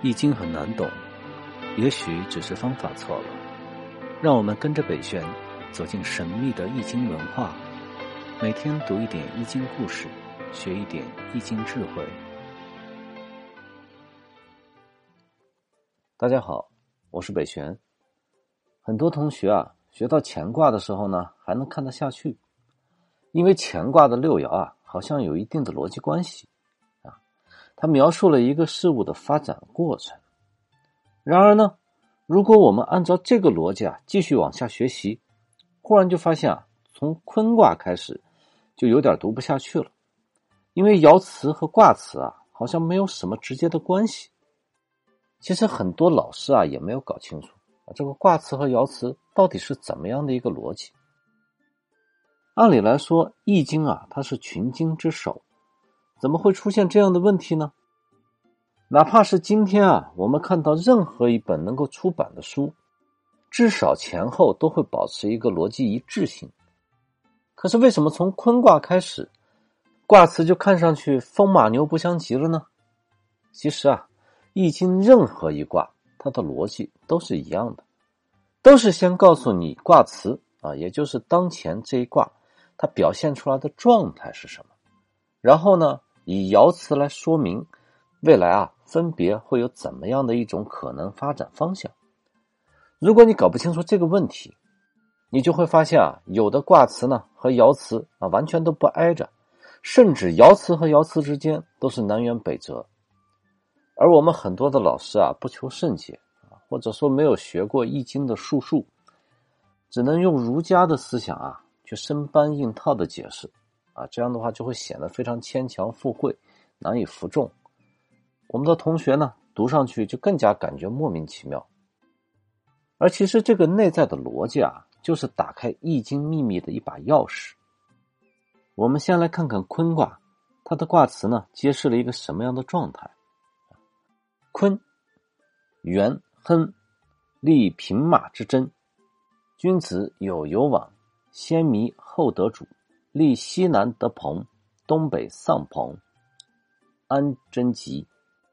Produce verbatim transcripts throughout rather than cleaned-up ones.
易经很难懂，也许只是方法错了。让我们跟着北玄走进神秘的易经文化，每天读一点易经故事，学一点易经智慧。大家好，我是北玄。很多同学啊，学到乾卦的时候呢，还能看得下去，因为乾卦的六爻啊，好像有一定的逻辑关系啊，它描述了一个事物的发展过程。然而呢，如果我们按照这个逻辑啊，继续往下学习，忽然就发现啊，从坤卦开始就有点读不下去了，因为爻辞和卦辞啊，好像没有什么直接的关系。其实很多老师啊，也没有搞清楚这个卦辞和爻辞到底是怎么样的一个逻辑。按理来说，易经啊，它是群经之首，怎么会出现这样的问题呢？哪怕是今天啊，我们看到任何一本能够出版的书，至少前后都会保持一个逻辑一致性。可是为什么从坤卦开始，卦辞就看上去风马牛不相及了呢？其实啊，易经任何一卦，它的逻辑都是一样的，都是先告诉你卦辞啊，也就是当前这一卦它表现出来的状态是什么，然后呢，以爻辞来说明未来啊，分别会有怎么样的一种可能发展方向。如果你搞不清楚这个问题，你就会发现啊，有的卦辞呢和爻辞啊完全都不挨着，甚至爻辞和爻辞之间都是南辕北辙。而我们很多的老师啊，不求甚解啊，或者说没有学过易经的术数，只能用儒家的思想啊去生搬硬套的解释啊，这样的话就会显得非常牵强附会，难以服众。我们的同学呢，读上去就更加感觉莫名其妙。而其实这个内在的逻辑啊，就是打开易经秘密的一把钥匙。我们先来看看坤卦，它的卦辞呢，揭示了一个什么样的状态。坤，元亨，立平马之贞，君子有攸往，先迷后得主，立西南得朋，东北丧朋，安贞吉。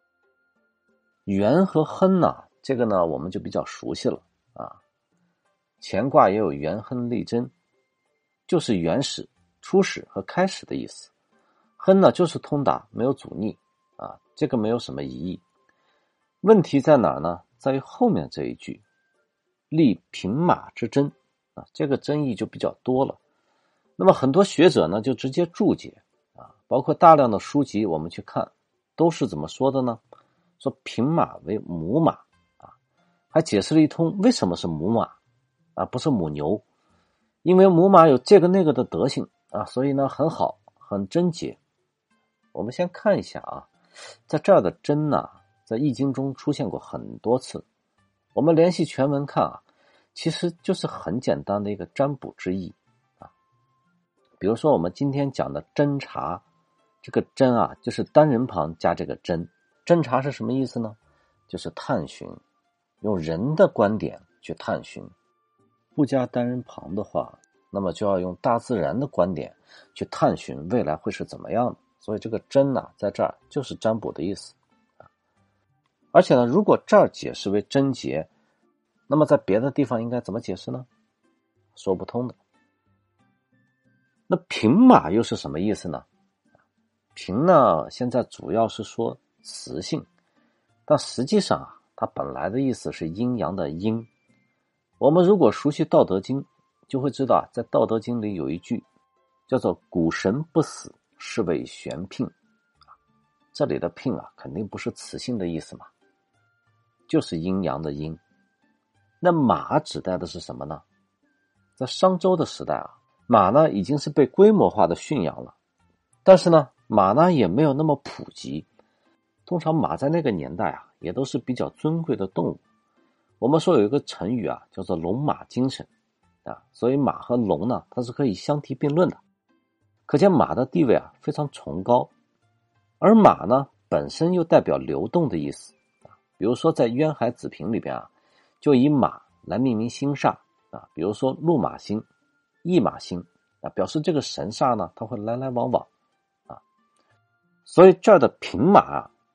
元和亨呢，这个呢我们就比较熟悉了啊。乾卦也有元亨利贞，就是原始、初始和开始的意思。亨呢就是通达，没有阻逆啊，这个没有什么疑义。问题在哪儿呢？在于后面这一句立平马之贞啊，这个争议就比较多了。那么很多学者呢就直接注解啊，包括大量的书籍我们去看，都是怎么说的呢？说平马为母马啊，还解释了一通为什么是母马啊，不是母牛，因为母马有这个那个的德性啊，所以呢很好，很贞洁。我们先看一下啊，在这儿的贞呢，在易经中出现过很多次。我们联系全文看啊，其实就是很简单的一个占卜之意啊。比如说我们今天讲的侦查，这个侦啊，就是单人旁加这个侦。侦查是什么意思呢？就是探寻，用人的观点去探寻。不加单人旁的话，那么就要用大自然的观点去探寻未来会是怎么样的。所以这个侦啊，在这儿就是占卜的意思。而且呢，如果这儿解释为贞洁，那么在别的地方应该怎么解释呢？说不通的。那平马又是什么意思呢？平呢，现在主要是说雌性，但实际上啊，它本来的意思是阴阳的阴。我们如果熟悉《道德经》，就会知道啊，在《道德经》里有一句叫做“谷神不死，是谓玄牝”。这里的牝啊，肯定不是雌性的意思嘛，就是阴阳的阴。那马指代的是什么呢？在商周的时代啊，马呢已经是被规模化的驯养了，但是呢，马呢也没有那么普及。通常马在那个年代啊，也都是比较尊贵的动物。我们说有一个成语啊，叫做龙马精神啊，所以马和龙呢，它是可以相提并论的。可见马的地位啊非常崇高，而马呢本身又代表流动的意思啊。比如说在渊海子平里边啊，就以马来命名星煞啊，比如说路马星、驿马星啊，表示这个神煞呢，它会来来往往啊。所以这儿的平马啊，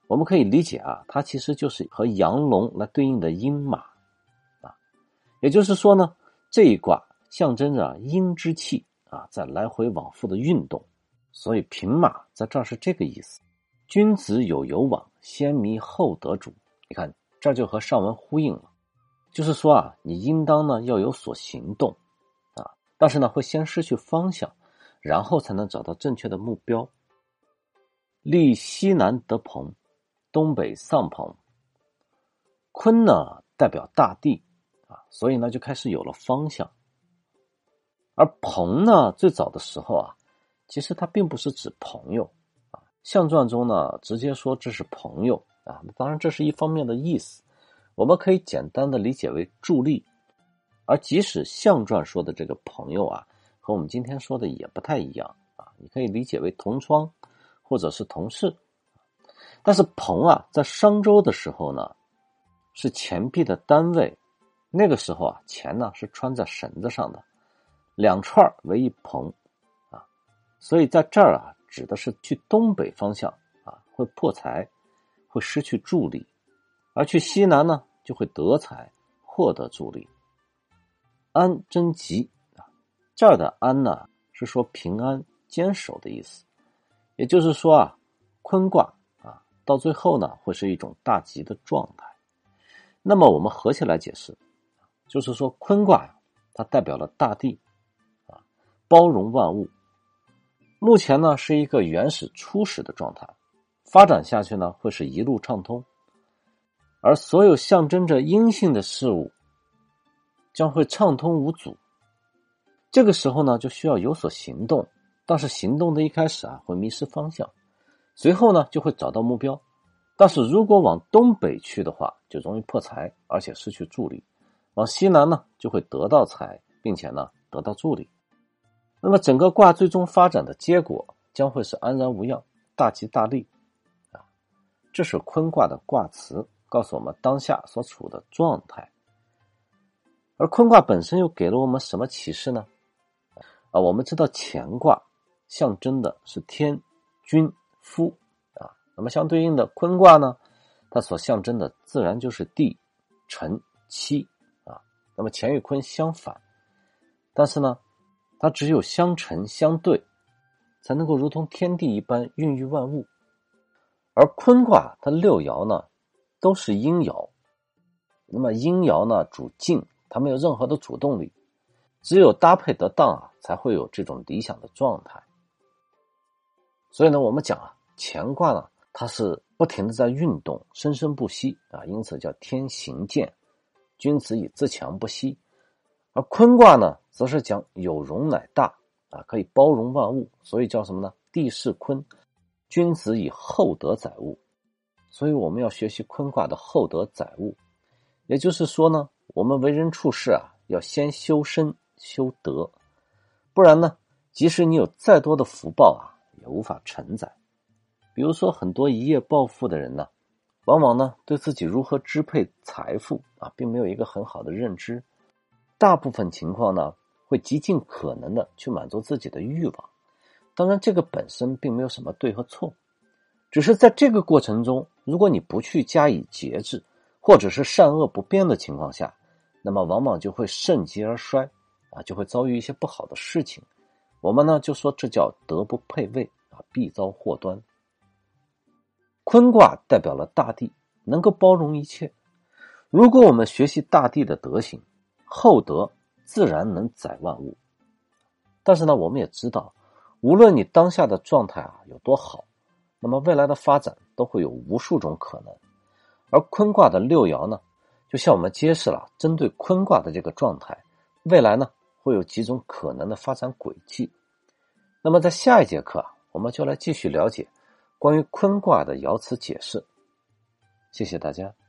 我们可以理解啊，它其实就是和阳龙来对应的阴马啊，也就是说呢，这一卦象征着阴之气啊在来回往复的运动，所以平马在这儿是这个意思。君子有攸往，先迷后得主。你看这就和上文呼应了，就是说啊，你应当呢要有所行动啊，但是呢会先失去方向，然后才能找到正确的目标。立西南得朋，东北丧朋。坤呢代表大地啊，所以呢就开始有了方向。而朋呢最早的时候啊，其实它并不是指朋友啊，象传中呢直接说这是朋友啊，当然这是一方面的意思，我们可以简单的理解为助力。而即使象传说的这个朋友啊，和我们今天说的也不太一样啊，你可以理解为同窗或者是同事。但是朋啊，在商周的时候呢，是钱币的单位，那个时候啊，钱呢是穿在绳子上的，两串为一朋啊，所以在这儿啊，指的是去东北方向啊，会破财，会失去助力，而去西南呢，就会得财，获得助力。安贞吉啊，这儿的安呢，是说平安坚守的意思，也就是说啊，坤卦啊，到最后呢，会是一种大吉的状态。那么我们合起来解释，就是说坤卦呀，它代表了大地啊，包容万物。目前呢是一个原始初始的状态，发展下去呢会是一路畅通，而所有象征着阴性的事物将会畅通无阻。这个时候呢就需要有所行动，但是行动的一开始啊会迷失方向，随后呢就会找到目标。但是如果往东北去的话，就容易破财，而且失去助力。往西南呢，就会得到财，并且呢得到助力。那么整个卦最终发展的结果将会是安然无恙，大吉大利啊！这是坤卦的卦辞，告诉我们当下所处的状态。而坤卦本身又给了我们什么启示呢？啊，我们知道乾卦象征的是天、君、夫。那么相对应的坤卦呢，它所象征的自然就是地、辰、期啊。那么乾与坤相反，但是呢，它只有相乘相对，才能够如同天地一般孕育万物。而坤卦它六爻呢，都是阴爻。那么阴爻呢主静，它没有任何的主动力，只有搭配得当啊，才会有这种理想的状态。所以呢，我们讲啊，乾卦呢，它是不停的在运动，生生不息啊，因此叫天行健，君子以自强不息。而坤卦呢，则是讲有容乃大啊，可以包容万物，所以叫什么呢？地势坤，君子以厚德载物。所以我们要学习坤卦的厚德载物，也就是说呢，我们为人处事啊，要先修身修德，不然呢，即使你有再多的福报啊，也无法承载。比如说很多一夜暴富的人呢，往往呢对自己如何支配财富啊，并没有一个很好的认知。大部分情况呢，会极尽可能的去满足自己的欲望。当然这个本身并没有什么对和错，只是在这个过程中，如果你不去加以节制，或者是善恶不变的情况下，那么往往就会盛极而衰啊，就会遭遇一些不好的事情。我们呢就说这叫德不配位啊，必遭祸端。坤卦代表了大地，能够包容一切。如果我们学习大地的德行，厚德自然能载万物。但是呢，我们也知道，无论你当下的状态啊有多好，那么未来的发展都会有无数种可能。而坤卦的六爻呢，就向我们揭示了针对坤卦的这个状态，未来呢会有几种可能的发展轨迹。那么在下一节课啊，我们就来继续了解关于坤卦的爻辞解释。谢谢大家。